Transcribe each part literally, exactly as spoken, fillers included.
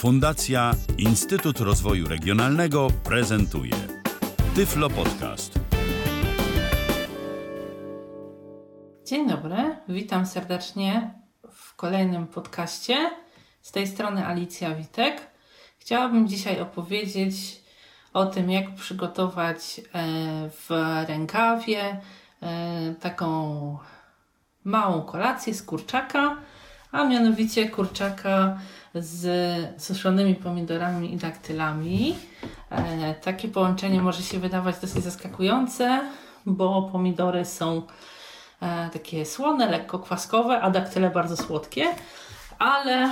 Fundacja Instytut Rozwoju Regionalnego prezentuje Tyflo Podcast. Dzień dobry, witam serdecznie w kolejnym podcaście. Z tej strony Alicja Witek. Chciałabym dzisiaj opowiedzieć o tym, jak przygotować w rękawie taką małą kolację z kurczaka, a mianowicie kurczaka z suszonymi pomidorami i daktylami. Takie połączenie może się wydawać dosyć zaskakujące, bo pomidory są takie słone, lekko kwaskowe, a daktyle bardzo słodkie, ale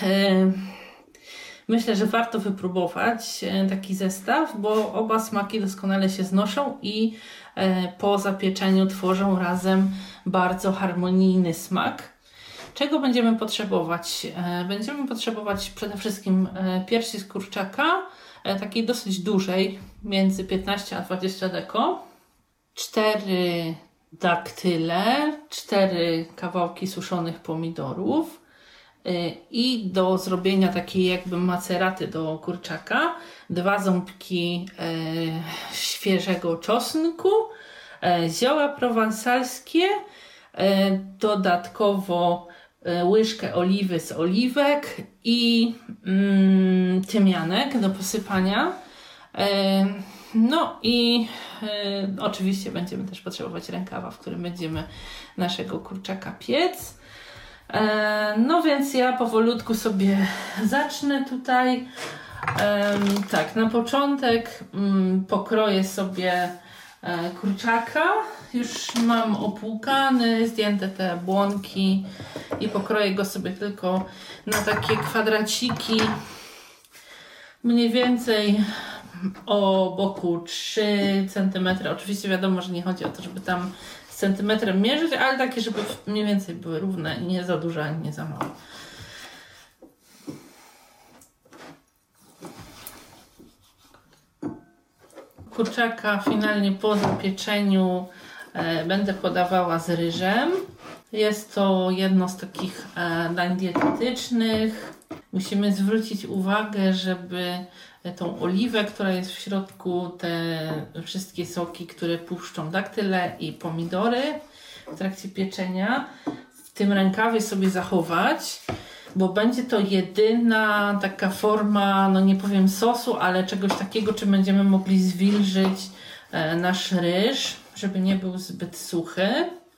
myślę, że warto wypróbować taki zestaw, bo oba smaki doskonale się znoszą i po zapieczeniu tworzą razem bardzo harmonijny smak. Czego będziemy potrzebować? Będziemy potrzebować przede wszystkim piersi z kurczaka, takiej dosyć dużej, między piętnaście a dwadzieścia deko, cztery daktyle, cztery kawałki suszonych pomidorów i do zrobienia takiej jakby maceraty do kurczaka dwa ząbki świeżego czosnku, zioła prowansalskie, dodatkowo łyżkę oliwy z oliwek i mm, tymianek do posypania. No i e, oczywiście będziemy też potrzebować rękawa, w którym będziemy naszego kurczaka piec. E, no więc ja powolutku sobie zacznę tutaj. E, tak, na początek mm, pokroję sobie e, kurczaka. Już mam opłukany, zdjęte te błonki i pokroję go sobie tylko na takie kwadraciki mniej więcej o boku trzy centymetry. Oczywiście wiadomo, że nie chodzi o to, żeby tam z centymetrem mierzyć, ale takie, żeby mniej więcej były równe i nie za duże, ani nie za małe. Kurczaka finalnie po zapieczeniu e, będę podawała z ryżem. Jest to jedno z takich e, dań dietetycznych. Musimy zwrócić uwagę, żeby tą oliwę, która jest w środku, te wszystkie soki, które puszczą daktyle i pomidory w trakcie pieczenia, w tym rękawie sobie zachować, bo będzie to jedyna taka forma, no nie powiem sosu, ale czegoś takiego, czym będziemy mogli zwilżyć e, nasz ryż, żeby nie był zbyt suchy.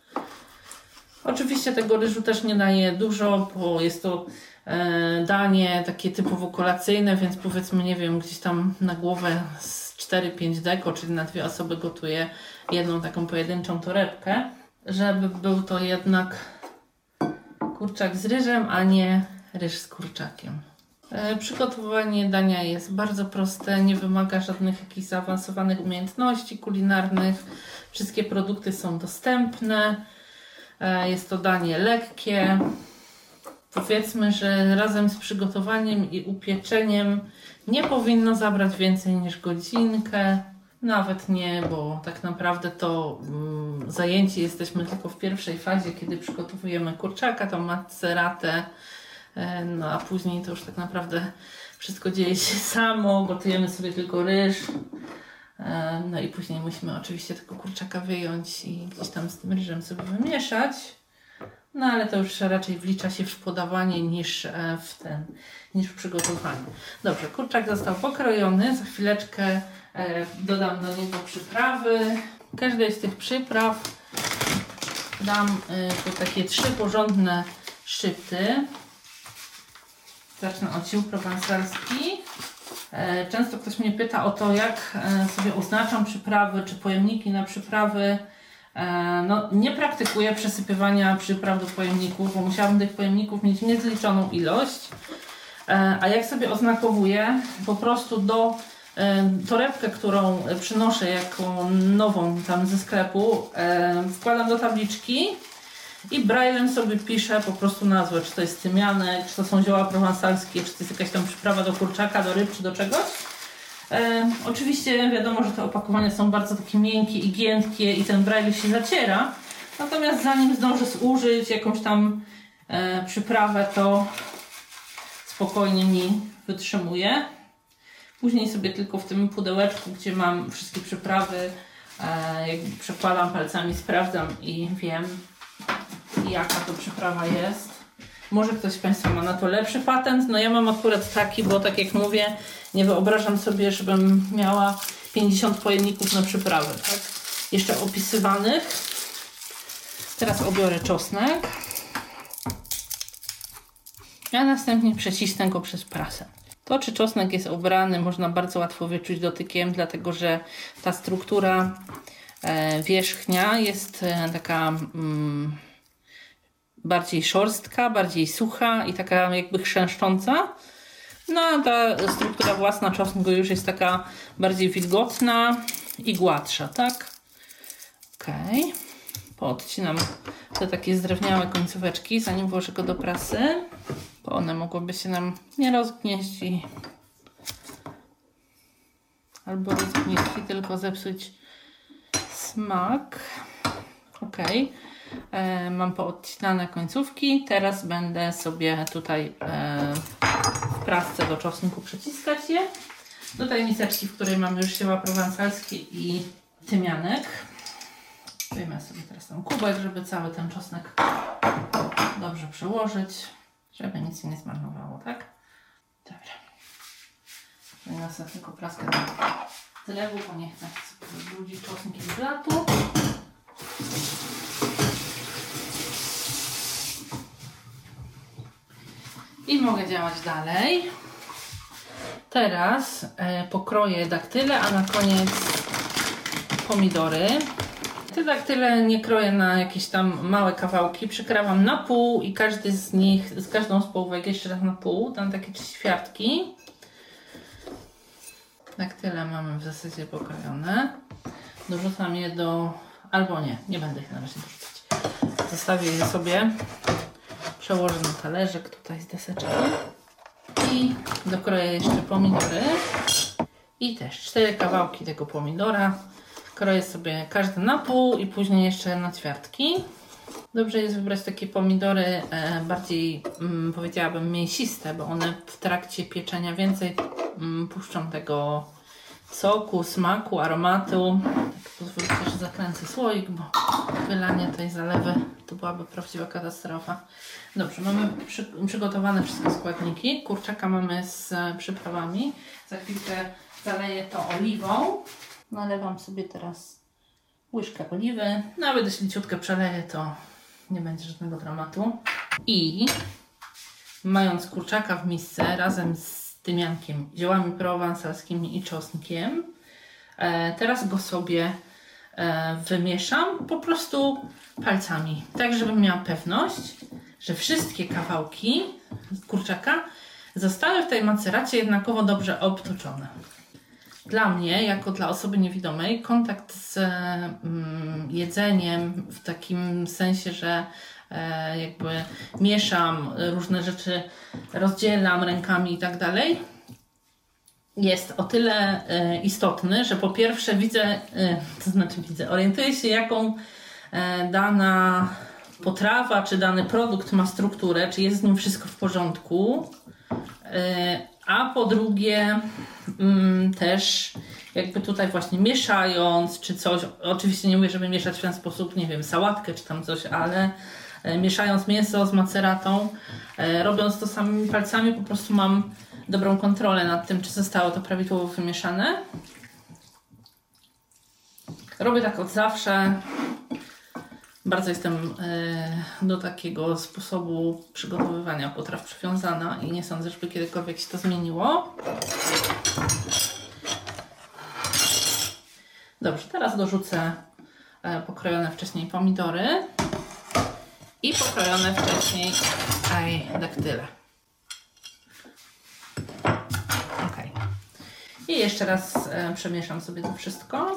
Oczywiście tego ryżu też nie daję dużo, bo jest to e, danie takie typowo kolacyjne, więc powiedzmy, nie wiem, gdzieś tam na głowę z cztery pięć deko, czyli na dwie osoby gotuję jedną taką pojedynczą torebkę, żeby był to jednak kurczak z ryżem, a nie ryż z kurczakiem. E, przygotowanie dania jest bardzo proste, nie wymaga żadnych jakichś zaawansowanych umiejętności kulinarnych. Wszystkie produkty są dostępne. Jest to danie lekkie. Powiedzmy, że razem z przygotowaniem i upieczeniem nie powinno zabrać więcej niż godzinkę. Nawet nie, bo tak naprawdę to mm, zajęci jesteśmy tylko w pierwszej fazie, kiedy przygotowujemy kurczaka, tą maceratę. No a później to już tak naprawdę wszystko dzieje się samo. Gotujemy sobie tylko ryż. No i później musimy oczywiście tego kurczaka wyjąć i gdzieś tam z tym ryżem sobie wymieszać. No ale to już raczej wlicza się w podawanie niż w ten, niż w przygotowaniu. Dobrze, kurczak został pokrojony. Za chwileczkę dodam do niego przyprawy. Każdej z tych przypraw dam tu takie trzy porządne szczypty. Zacznę od ziół prowansalskich. Często ktoś mnie pyta o to, jak sobie oznaczam przyprawy, czy pojemniki na przyprawy. No, nie praktykuję przesypywania przypraw do pojemników, bo musiałabym tych pojemników mieć niezliczoną ilość. A jak sobie oznakowuję, po prostu do torebkę, którą przynoszę jako nową tam ze sklepu, wkładam do tabliczki i braillem sobie piszę po prostu nazwę, czy to jest tymianek, czy to są zioła prowansalskie, czy to jest jakaś tam przyprawa do kurczaka, do ryb, czy do czegoś. E, oczywiście wiadomo, że te opakowania są bardzo takie miękkie i giętkie i ten braille się zaciera. Natomiast zanim zdążę zużyć jakąś tam e, przyprawę, to spokojnie mi wytrzymuje. Później sobie tylko w tym pudełeczku, gdzie mam wszystkie przyprawy, e, jakby przekładam palcami, sprawdzam i wiem, jaka to przyprawa jest. Może ktoś z Państwa ma na to lepszy patent, no ja mam akurat taki, bo tak jak mówię, nie wyobrażam sobie, żebym miała pięćdziesiąt pojemników na przyprawy, tak? Jeszcze opisywanych. Teraz obiorę czosnek, a następnie przecisnę go przez prasę. To, czy czosnek jest obrany, można bardzo łatwo wyczuć dotykiem, dlatego że ta struktura e, wierzchnia jest e, taka mm, bardziej szorstka, bardziej sucha i taka jakby chrzęszcząca. No a ta struktura własna czosnku już jest taka bardziej wilgotna i gładsza, tak? Okej. Okay. Poodcinam te takie zdrewniałe końcóweczki, zanim włożę go do prasy, bo one mogłyby się nam nie rozgnieść i albo rozgnieść i tylko zepsuć smak. Ok. E, mam poodcinane końcówki. Teraz będę sobie tutaj e, w prasce do czosnku przeciskać je. Do tej miseczki, w której mam już zioła prowansalskie i tymianek. Wyjmę sobie teraz ten kubek, żeby cały ten czosnek dobrze przełożyć, żeby nic się nie zmarnowało, tak? Dobra. Wyniosę tylko praskę do zlewu, bo nie chcę sobie wybrudzić czosnkiem z blatu. I mogę działać dalej. Teraz e, pokroję daktyle, a na koniec pomidory. Te daktyle nie kroję na jakieś tam małe kawałki, przekrawam na pół i każdy z nich, z każdą z połówek jeszcze raz na pół, dam takie ćwiartki. Daktyle mamy w zasadzie pokrojone. Dorzucam je do... albo nie, nie będę ich na razie dorzucać. Zostawię je sobie, przełożę na talerzyk tutaj z deseczką i dokroję jeszcze pomidory i też cztery kawałki tego pomidora. Kroję sobie każdy na pół i później jeszcze na ćwiartki. Dobrze jest wybrać takie pomidory e, bardziej, mm, powiedziałabym, mięsiste, bo one w trakcie pieczenia więcej mm, puszczą tego soku, smaku, aromatu. Tak, pozwólcie, że zakręcę słoik, bo wylanie tej zalewy to byłaby prawdziwa katastrofa. Dobrze, mamy przy, przygotowane wszystkie składniki. Kurczaka mamy z przyprawami. Za chwilkę zaleję to oliwą. Nalewam sobie teraz łyżkę oliwy. Nawet jeśli ciutkę przeleję, to nie będzie żadnego dramatu. I mając kurczaka w misce razem z tymiankiem, ziołami prowansalskimi i czosnkiem, e, teraz go sobie e, wymieszam po prostu palcami. Tak, żebym miała pewność, że wszystkie kawałki kurczaka zostały w tej maceracie jednakowo dobrze obtuczone. Dla mnie, jako dla osoby niewidomej, kontakt z mm, jedzeniem w takim sensie, że e, jakby mieszam różne rzeczy, rozdzielam rękami i tak dalej, jest o tyle e, istotny, że po pierwsze widzę, e, to znaczy widzę, orientuję się, jaką e, dana potrawa czy dany produkt ma strukturę, czy jest z nim wszystko w porządku. E, A po drugie mm, też jakby tutaj właśnie mieszając czy coś, oczywiście nie mówię, żeby mieszać w ten sposób, nie wiem, sałatkę czy tam coś, ale e, mieszając mięso z maceratą, e, robiąc to samymi palcami, po prostu mam dobrą kontrolę nad tym, czy zostało to prawidłowo wymieszane. Robię tak od zawsze. Bardzo jestem y, do takiego sposobu przygotowywania potraw przywiązana i nie sądzę, żeby kiedykolwiek się to zmieniło. Dobrze, teraz dorzucę y, pokrojone wcześniej pomidory i pokrojone wcześniej aj, daktyle. Ok. I jeszcze raz y, przemieszam sobie to wszystko.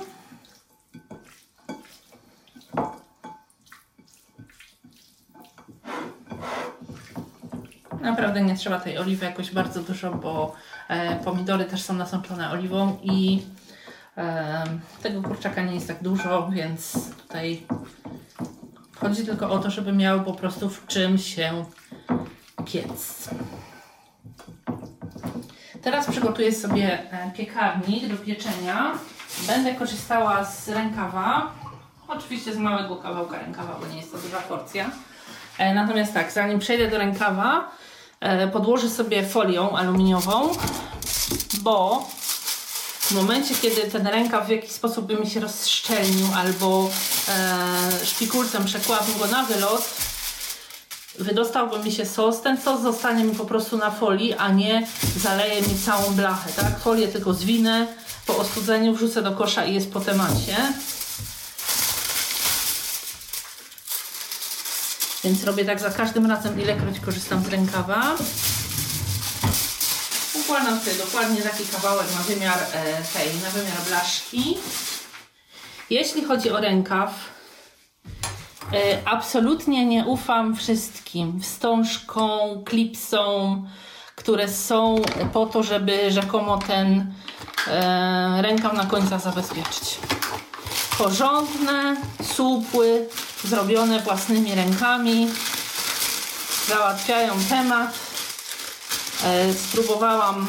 Naprawdę nie trzeba tej oliwy jakoś bardzo dużo, bo e, pomidory też są nasączone oliwą i e, tego kurczaka nie jest tak dużo, więc tutaj chodzi tylko o to, żeby miał po prostu w czym się piec. Teraz przygotuję sobie piekarnik do pieczenia. Będę korzystała z rękawa. Oczywiście z małego kawałka rękawa, bo nie jest to duża porcja. Natomiast tak, zanim przejdę do rękawa, podłożę sobie folią aluminiową, bo w momencie, kiedy ten rękaw w jakiś sposób by mi się rozszczelnił albo e, szpikulcem przekładł go na wylot, wydostałby mi się sos, ten sos zostanie mi po prostu na folii, a nie zaleje mi całą blachę, tak? Folię tylko zwinę, po ostudzeniu wrzucę do kosza i jest po temacie. Więc robię tak za każdym razem, ilekroć korzystam z rękawa. Układam sobie dokładnie taki kawałek na wymiar e, tej, na wymiar blaszki. Jeśli chodzi o rękaw, e, absolutnie nie ufam wszystkim wstążkom, klipsom, które są po to, żeby rzekomo ten e, rękaw na końcach zabezpieczyć. Porządne supły, zrobione własnymi rękami, załatwiają temat. E, spróbowałam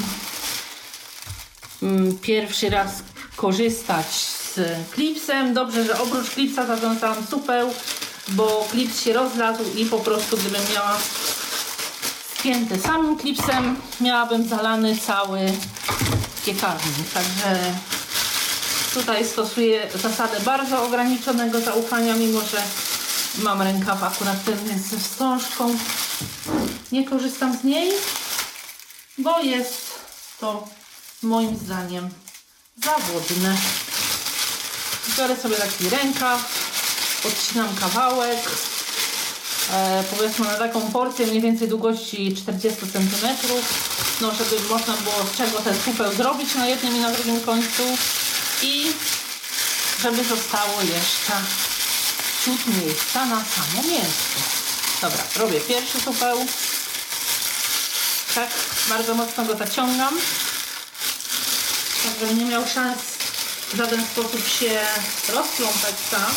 mm, pierwszy raz korzystać z klipsem. Dobrze, że oprócz klipsa zawiązałam supeł, bo klips się rozlazł i po prostu gdybym miała spięty samym klipsem, miałabym zalany cały piekarnik. Także tutaj stosuję zasadę bardzo ograniczonego zaufania, mimo że mam rękaw akurat ten ze wstążką. Nie korzystam z niej, bo jest to moim zdaniem zawodne. Biorę sobie taki rękaw, odcinam kawałek, e, powiedzmy na taką porcję mniej więcej długości czterdzieści centymetrów, no żeby można było z czego ten supeł zrobić na jednym i na drugim końcu i żeby zostało jeszcze ciut miejsca na samo mięsko. Dobra, robię pierwszy supeł. Tak, bardzo mocno go zaciągam, tak żebym nie miał szans w żaden sposób się rozplątać sam.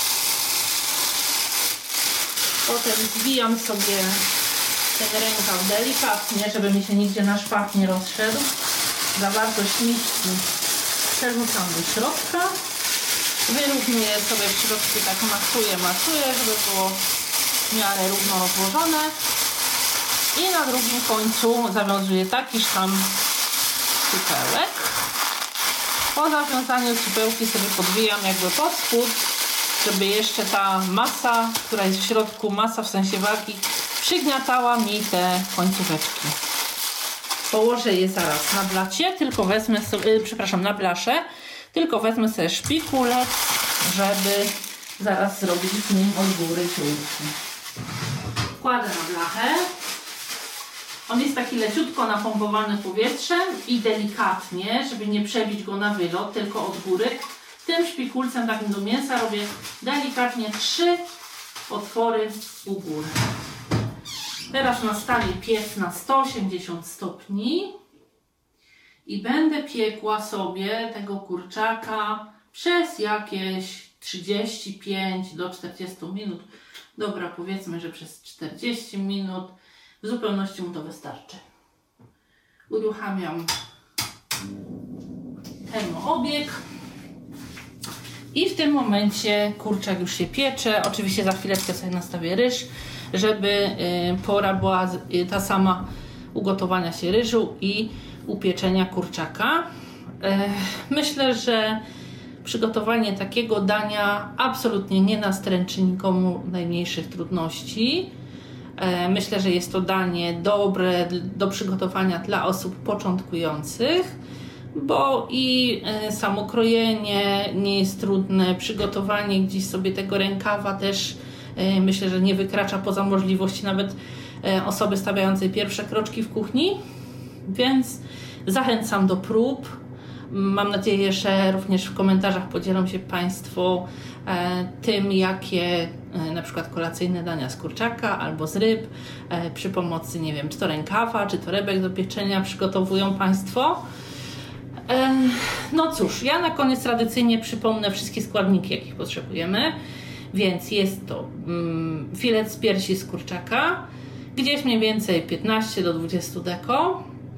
Potem zwijam sobie ten rękaw delikatnie, żeby mi się nigdzie na szpach nie rozszedł. Zawartość miski przerzucam do środka. Wyrównuję sobie w środku, tak masuję, masuję, żeby było w miarę równo rozłożone. I na drugim końcu zawiązuję takiż tam supełek. Po zawiązaniu supełki sobie podwijam jakby pod spód, żeby jeszcze ta masa, która jest w środku, masa w sensie wagi, przygniatała mi te końcóweczki. Położę je zaraz na blacie, tylko wezmę sobie, yy, przepraszam, na blaszę, tylko wezmę sobie szpikulec, żeby zaraz zrobić w nim od góry dziurki. Kładę na blachę. On jest taki leciutko napompowany powietrzem i delikatnie, żeby nie przebić go na wylot, tylko od góry. Tym szpikulcem takim do mięsa robię delikatnie trzy otwory u góry. Teraz nastawię piec na sto osiemdziesiąt stopni i będę piekła sobie tego kurczaka przez jakieś trzydzieści pięć do czterdziestu minut. Dobra, powiedzmy, że przez czterdzieści minut. W zupełności mu to wystarczy. Uruchamiam termoobieg i w tym momencie kurczak już się piecze. Oczywiście za chwileczkę sobie nastawię ryż, żeby pora była ta sama ugotowania się ryżu i upieczenia kurczaka. Myślę, że przygotowanie takiego dania absolutnie nie nastręczy nikomu najmniejszych trudności. Myślę, że jest to danie dobre do przygotowania dla osób początkujących, bo i samo krojenie nie jest trudne, przygotowanie gdzieś sobie tego rękawa też myślę, że nie wykracza poza możliwości nawet osoby stawiającej pierwsze kroczki w kuchni, więc zachęcam do prób. Mam nadzieję, że również w komentarzach podzielą się Państwo e, tym, jakie e, na przykład kolacyjne dania z kurczaka albo z ryb e, przy pomocy, nie wiem, czy to rękawa, czy torebek do pieczenia przygotowują Państwo. E, no cóż, ja na koniec tradycyjnie przypomnę wszystkie składniki, jakich potrzebujemy. Więc jest to mm, filet z piersi z kurczaka, gdzieś mniej więcej piętnaście do dwudziestu deko.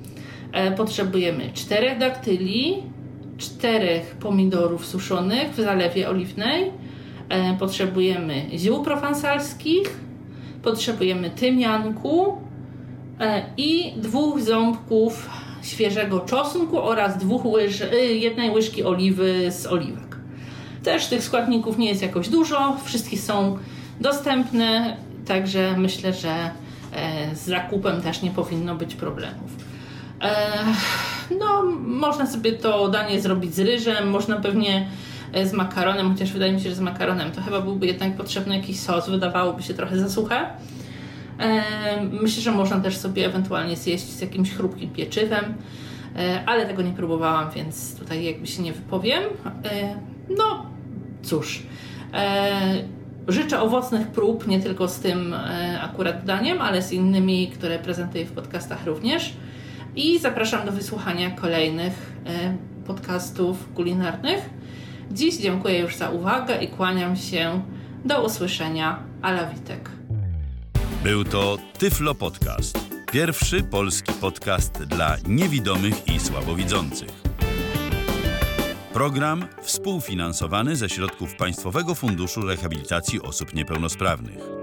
E, potrzebujemy czterech daktyli, czterech pomidorów suszonych w zalewie oliwnej, e, potrzebujemy ziół prowansalskich, potrzebujemy tymianku e, i dwóch ząbków świeżego czosnku oraz dwóch łyż, y, jednej łyżki oliwy z oliwek. Też tych składników nie jest jakoś dużo, wszystkie są dostępne, także myślę, że e, z zakupem też nie powinno być problemów. E, no, można sobie to danie zrobić z ryżem, można pewnie z makaronem, chociaż wydaje mi się, że z makaronem to chyba byłby jednak potrzebny jakiś sos, wydawałoby się trochę za suche. E, myślę, że można też sobie ewentualnie zjeść z jakimś chrupkim pieczywem, e, ale tego nie próbowałam, więc tutaj jakby się nie wypowiem. E, no cóż, e, życzę owocnych prób, nie tylko z tym e, akurat daniem, ale z innymi, które prezentuję w podcastach również. I zapraszam do wysłuchania kolejnych e, podcastów kulinarnych. Dziś dziękuję już za uwagę i kłaniam się. Do usłyszenia. Ala Witek. Był to Tyflo Podcast. Pierwszy polski podcast dla niewidomych i słabowidzących. Program współfinansowany ze środków Państwowego Funduszu Rehabilitacji Osób Niepełnosprawnych.